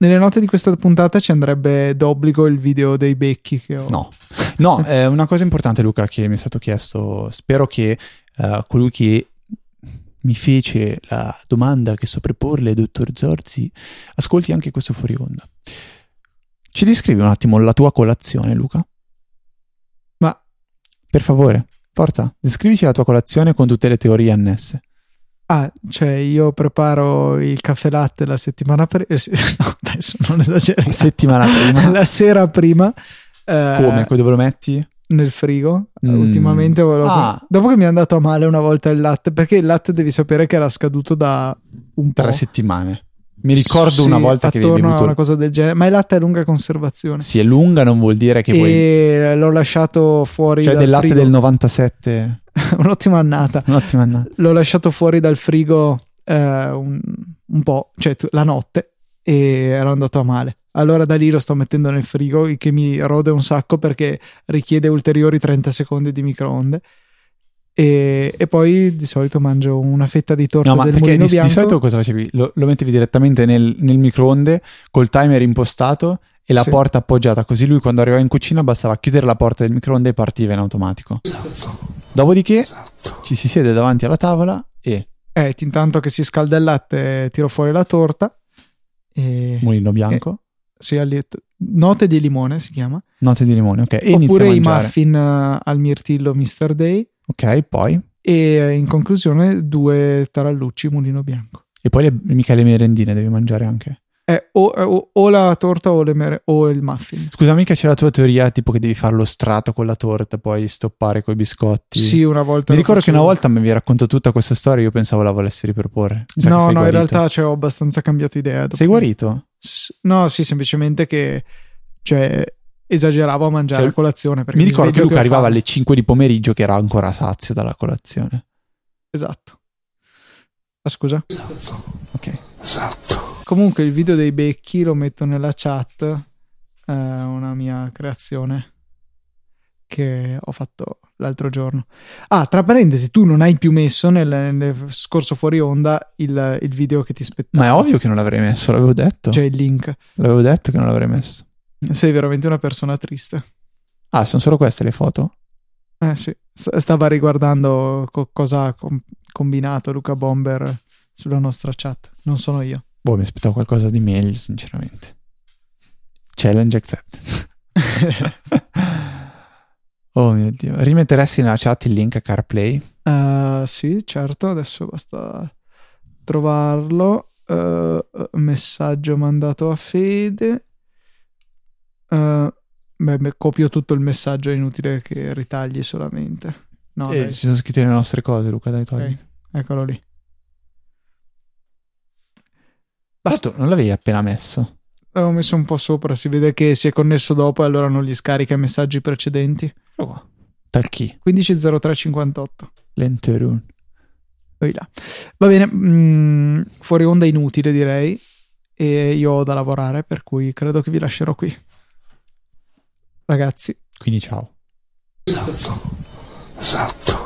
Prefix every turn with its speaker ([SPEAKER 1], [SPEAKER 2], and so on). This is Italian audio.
[SPEAKER 1] Nelle note di questa puntata ci andrebbe d'obbligo il video dei becchi che ho.
[SPEAKER 2] No, una cosa importante, Luca, che mi è stato chiesto. Spero che colui che mi fece la domanda che so preporle, dottor Zorzi, ascolti anche questo fuori onda. Ci descrivi un attimo la tua colazione, Luca?
[SPEAKER 1] Ma
[SPEAKER 2] per favore, forza, descrivici la tua colazione con tutte le teorie annesse.
[SPEAKER 1] Cioè io preparo il caffè latte la settimana prima. No, adesso non esageriamo.
[SPEAKER 2] La settimana prima?
[SPEAKER 1] La sera prima.
[SPEAKER 2] Come? Dove lo metti?
[SPEAKER 1] Nel frigo. Ultimamente dopo che mi è andato a male una volta il latte, perché il latte devi sapere che era scaduto da un po'.
[SPEAKER 2] 3 settimane. Mi ricordo una volta che avevi bevuto
[SPEAKER 1] una cosa del genere, ma il latte è lunga conservazione.
[SPEAKER 2] Sì, è lunga, non vuol dire che
[SPEAKER 1] e l'ho lasciato fuori
[SPEAKER 2] cioè
[SPEAKER 1] dal
[SPEAKER 2] del latte
[SPEAKER 1] frigo.
[SPEAKER 2] del 97.
[SPEAKER 1] Un'ottima annata. L'ho lasciato fuori dal frigo un po', cioè la notte, e ero andato a male. Allora da lì lo sto mettendo nel frigo, il che mi rode un sacco perché richiede ulteriori 30 secondi di microonde. E poi di solito mangio una fetta di torta del mulino bianco.
[SPEAKER 2] Di solito cosa facevi? Lo mettevi direttamente nel microonde col timer impostato e la porta appoggiata, così lui quando arrivava in cucina bastava chiudere la porta del microonde e partiva in automatico. Dopodiché ci si siede davanti alla tavola e
[SPEAKER 1] intanto che si scalda il latte tiro fuori la torta e
[SPEAKER 2] mulino bianco.
[SPEAKER 1] Sì, note di limone si chiama.
[SPEAKER 2] Note di limone, ok. E
[SPEAKER 1] oppure i muffin al mirtillo Mr. Day.
[SPEAKER 2] Ok, poi?
[SPEAKER 1] E in conclusione 2 tarallucci mulino bianco.
[SPEAKER 2] E poi mica le merendine devi mangiare anche?
[SPEAKER 1] O la torta o il muffin.
[SPEAKER 2] Scusa, mica c'è la tua teoria tipo che devi fare lo strato con la torta poi stoppare coi biscotti?
[SPEAKER 1] Sì, una volta.
[SPEAKER 2] Mi ricordo che una volta mi avevi raccontato tutta questa storia, io pensavo la volessi riproporre.
[SPEAKER 1] No, in realtà ho abbastanza cambiato idea.
[SPEAKER 2] Sei guarito?
[SPEAKER 1] No, sì, semplicemente che esageravo a mangiare a colazione.
[SPEAKER 2] Mi ricordo che Luca arrivava alle 5 di pomeriggio che era ancora sazio dalla colazione.
[SPEAKER 1] Esatto. Scusa?
[SPEAKER 2] Ok.
[SPEAKER 3] Esatto.
[SPEAKER 1] Comunque il video dei becchi lo metto nella chat, è una mia creazione che ho fatto l'altro giorno. Tra parentesi, tu non hai più messo nel scorso fuori onda il video che ti spettava.
[SPEAKER 2] Ma è ovvio che non l'avrei messo, l'avevo detto.
[SPEAKER 1] C'è il link.
[SPEAKER 2] L'avevo detto che non l'avrei messo.
[SPEAKER 1] Sei veramente una persona triste.
[SPEAKER 2] Sono solo queste le foto?
[SPEAKER 1] Sì, stava riguardando cosa ha combinato Luca Bomber sulla nostra chat, non sono io.
[SPEAKER 2] Mi aspettavo qualcosa di meglio, sinceramente. Challenge accepted. Oh mio Dio. Rimetteresti nella chat il link a CarPlay?
[SPEAKER 1] Sì, certo, adesso basta trovarlo. Messaggio mandato a Fede. Copio tutto il messaggio, è inutile che ritagli solamente. No,
[SPEAKER 2] ci sono scritte le nostre cose, Luca, dai, togli.
[SPEAKER 1] Okay, eccolo lì.
[SPEAKER 2] Basta, non l'avevi appena messo?
[SPEAKER 1] L'avevo messo un po' sopra, si vede che si è connesso dopo e allora non gli scarica i messaggi precedenti.
[SPEAKER 2] Oh, da chi?
[SPEAKER 1] 150358.
[SPEAKER 2] Lenterun.
[SPEAKER 1] Va bene, fuori onda inutile direi, e io ho da lavorare, per cui credo che vi lascerò qui. Ragazzi.
[SPEAKER 2] Quindi ciao.
[SPEAKER 3] Esatto.